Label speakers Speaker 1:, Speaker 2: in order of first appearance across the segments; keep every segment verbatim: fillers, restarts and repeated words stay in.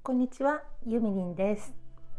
Speaker 1: こんにちは、ゆみりんです。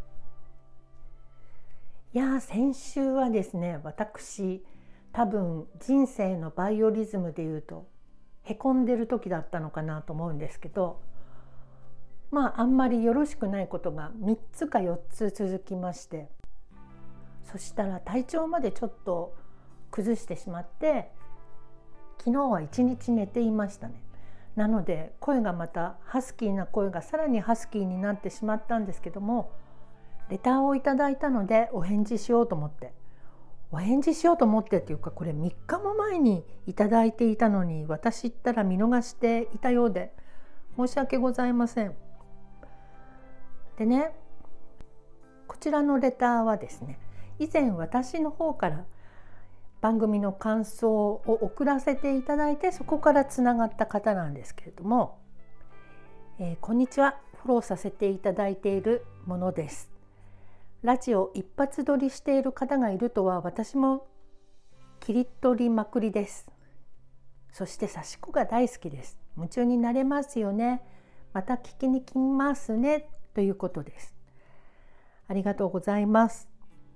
Speaker 1: いやー、先週はですね、私、多分人生のバイオリズムでいうと、へこんでる時だったのかなと思うんですけど、まあ、あんまりよろしくないことがみっつかよっつ続きまして、そしたら体調までちょっと崩してしまって、昨日はいちにち寝ていましたね。なので声がまたハスキーな声がさらにハスキーになってしまったんですけども、レターをいただいたのでお返事しようと思ってお返事しようと思ってっていうか、これみっかも前にいただいていたのに私ったら見逃していたようで申し訳ございません。でね、こちらのレターはですね、以前私の方から番組の感想を送らせていただいて、そこからつながった方なんですけれども、えー、こんにちは、フォローさせていただいているものです。ラジオ一発撮りしている方がいるとは私も切り取りまくりです。そして刺し子が大好きです。夢中になれますよね。また聞きに来ますね、ということです。ありがとうございます。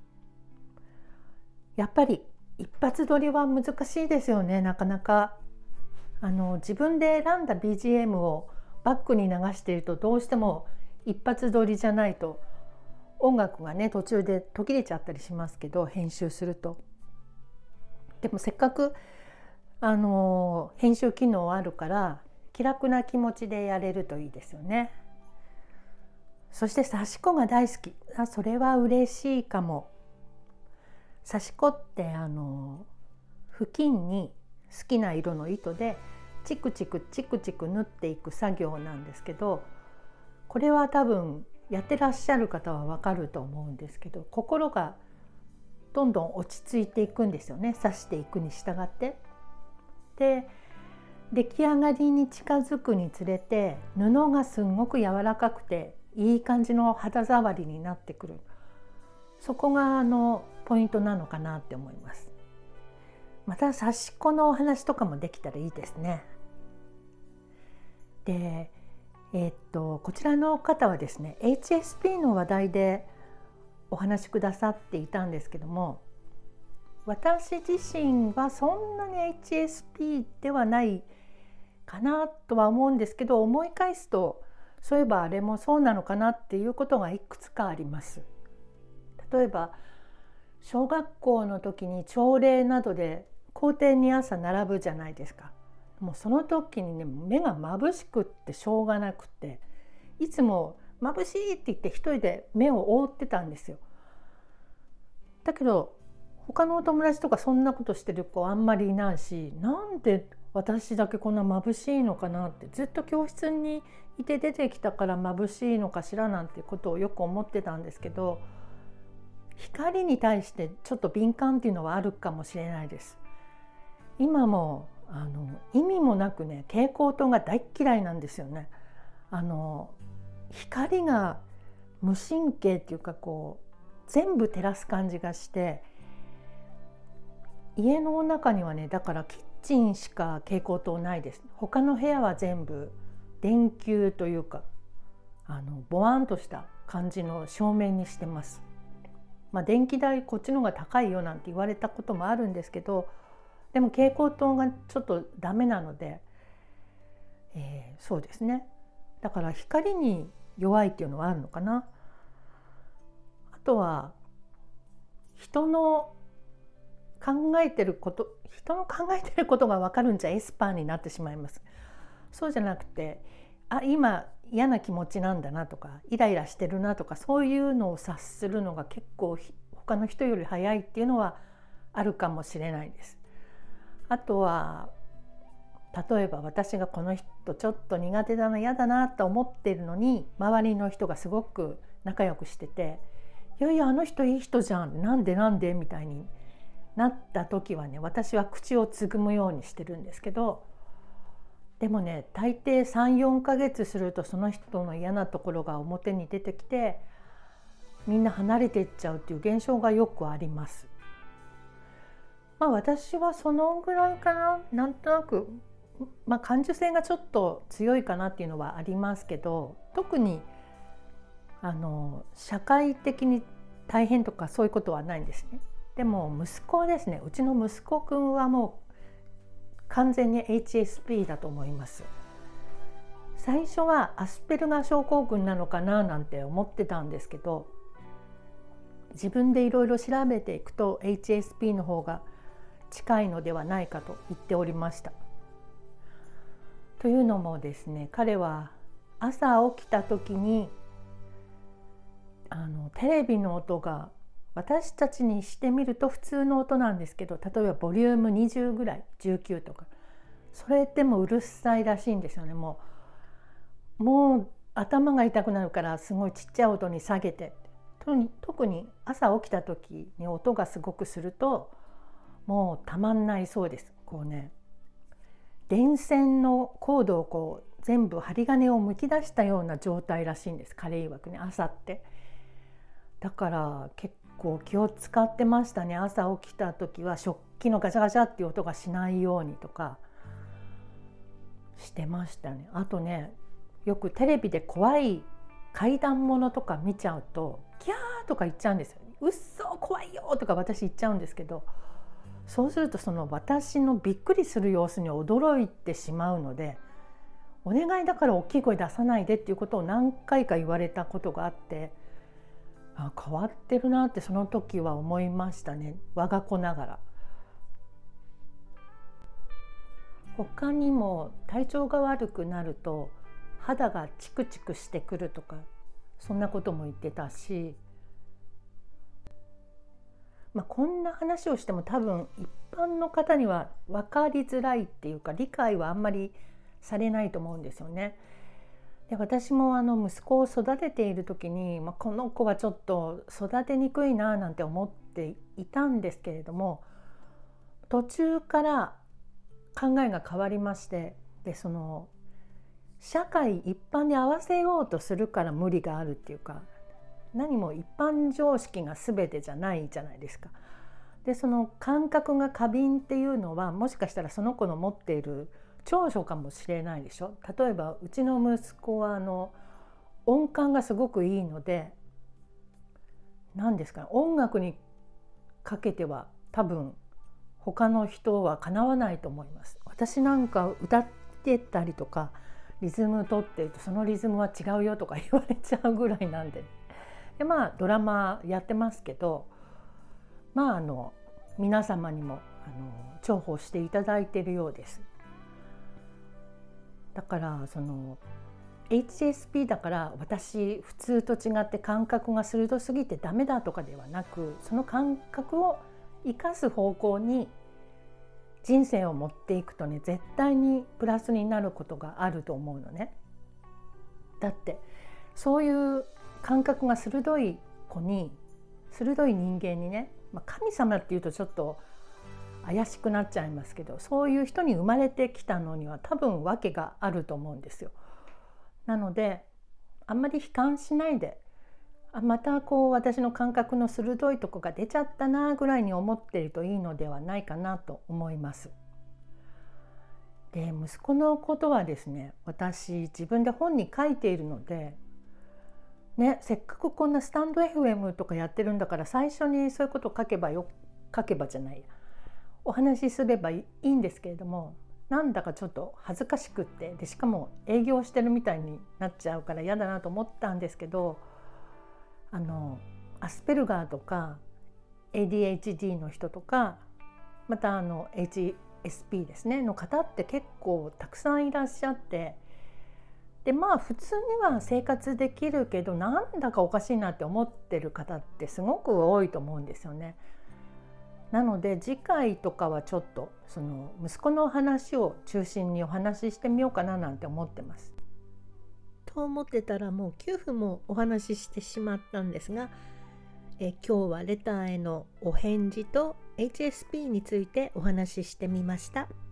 Speaker 1: やっぱり一発撮りは難しいですよね。なかなかあの自分で選んだ ビージーエム をバックに流していると、どうしても一発撮りじゃないと音楽がね途中で途切れちゃったりしますけど、編集すると。でもせっかくあの編集機能あるから気楽な気持ちでやれるといいですよね。そして刺し子が大好き。あ、それは嬉しいかも。刺し子ってあの布巾に好きな色の糸でチクチクチクチク縫っていく作業なんですけど、これは多分やってらっしゃる方はわかると思うんですけど、心がどんどん落ち着いていくんですよね、刺していくに従って。で、出来上がりに近づくにつれて布がすごく柔らかくていい感じの肌触りになってくる。そこがあのポイントなのかなって思います。また刺し子のお話とかもできたらいいですね。で、えー、っとこちらの方はですね、 エイチエスピー の話題でお話しくださっていたんですけども、私自身はそんなに エイチエスピー ではないかなとは思うんですけど、思い返すとそういえばあれもそうなのかなっていうことがいくつかあります。例えば小学校の時に朝礼などで校庭に朝並ぶじゃないですか。もうその時にね、目が眩しくってしょうがなくて、いつも眩しいって言って一人で目を覆ってたんですよ。だけど他のお友達とかそんなことしてる子あんまりいないし、なんで私だけこんな眩しいのかなって、ずっと教室にいて出てきたから眩しいのかしらなんてことをよく思ってたんですけど、光に対してちょっと敏感っていうのはあるかもしれないです。今もあの意味もなくね、蛍光灯が大嫌いなんですよね。あの光が無神経っていうか、こう全部照らす感じがして、家の中にはね、だからキッチンしか蛍光灯ないです。他の部屋は全部電球というか、あのボワンとした感じの照明にしてます。まあ、電気代こっちの方が高いよなんて言われたこともあるんですけど、でも蛍光灯がちょっとダメなので、えー、そうですね。だから光に弱いっていうのはあるのかな。あとは人の考えてること人の考えてることが分かるんじゃエスパーになってしまいます。そうじゃなくて、あ、今嫌な気持ちなんだなとか、イライラしてるなとか、そういうのを察するのが結構他の人より早いっていうのはあるかもしれないです。あとは例えば私がこの人ちょっと苦手だな、嫌だなと思っているのに、周りの人がすごく仲良くしてて、いやいやあの人いい人じゃん、なんでなんでみたいになった時はね、私は口をつぐむようにしてるんですけど、でもね、大抵さん、よんかげつするとその人の嫌なところが表に出てきて、みんな離れていっちゃうっていう現象がよくあります。まあ私はそのぐらいかな。なんとなく、まあ、感受性がちょっと強いかなっていうのはありますけど、特にあの社会的に大変とかそういうことはないんですね。でも息子ですね、うちの息子くんはもう完全に エイチエスピー だと思います。最初はアスペルガー症候群なのかななんて思ってたんですけど、自分でいろいろ調べていくと エイチエスピー の方が近いのではないかと言っておりました。というのもですね、彼は朝起きた時にあのテレビの音が私たちにしてみると普通の音なんですけど、例えばボリュームにじゅうぐらい、じゅうきゅうとか、それでもうるさいらしいんですよね。もうもう頭が痛くなるからすごいちっちゃい音に下げて、特に朝起きた時に音がすごくするともうたまんないそうです。こうね、電線のコードをこう全部針金をむき出したような状態らしいんです、彼曰くね、朝って。だから結構気を使ってましたね。朝起きた時は食器のガチャガチャっていう音がしないようにとかしてましたね。あとね、よくテレビで怖い怪談ものとか見ちゃうとキャーとか言っちゃうんですよ。うっそ怖いよとか私言っちゃうんですけど、そうするとその私のびっくりする様子に驚いてしまうので、お願いだから大きい声出さないでっていうことを何回か言われたことがあって、あ、変わってるなってその時は思いましたね、我が子ながら。他にも体調が悪くなると肌がチクチクしてくるとか、そんなことも言ってたし、まあ、こんな話をしても多分一般の方には分かりづらいっていうか、理解はあんまりされないと思うんですよね。で、私もあの息子を育てている時に、まあ、この子はちょっと育てにくいななんて思っていたんですけれども、途中から考えが変わりまして、でその社会一般に合わせようとするから無理があるっていうか、何も一般常識が全てじゃないじゃないですか。でその感覚が過敏っていうのは、もしかしたらその子の持っている長所かもしれないでしょ。例えばうちの息子はあの音感がすごくいいので、何ですかね、音楽にかけては多分他の人はかなわないと思います。私なんか歌ってたりとかリズム取ってると、そのリズムは違うよとか言われちゃうぐらいなんで、でまあドラマやってますけど、まああの皆様にもあの重宝していただいているようです。だからその エイチエスピー だから私普通と違って感覚が鋭すぎてダメだとかではなく、その感覚を生かす方向に人生を持っていくとね、絶対にプラスになることがあると思うのね。だってそういう感覚が鋭い子に、鋭い人間にね、まあ、神様っていうとちょっと怪しくなっちゃいますけど、そういう人に生まれてきたのには多分訳があると思うんですよ。なのであんまり悲観しないで、あまたこう私の感覚の鋭いとこが出ちゃったなぐらいに思っているといいのではないかなと思います。で息子のことはですね、私自分で本に書いているので、ね、せっかくこんなスタンド エフエム とかやってるんだから、最初にそういうことを書けばよ書けばじゃないやお話しすればいいんですけれども、なんだかちょっと恥ずかしくって、でしかも営業してるみたいになっちゃうから嫌だなと思ったんですけど、あのアスペルガーとか エーディーエイチディー の人とか、またあの エイチエスピー ですねの方って結構たくさんいらっしゃって、でまあ普通には生活できるけど、なんだかおかしいなって思ってる方ってすごく多いと思うんですよね。なので次回とかはちょっとその息子の話を中心にお話ししてみようかななんて思ってます。と思ってたらもうきゅうふんもお話ししてしまったんですが、え今日はレターへのお返事と エイチエスピー についてお話ししてみました。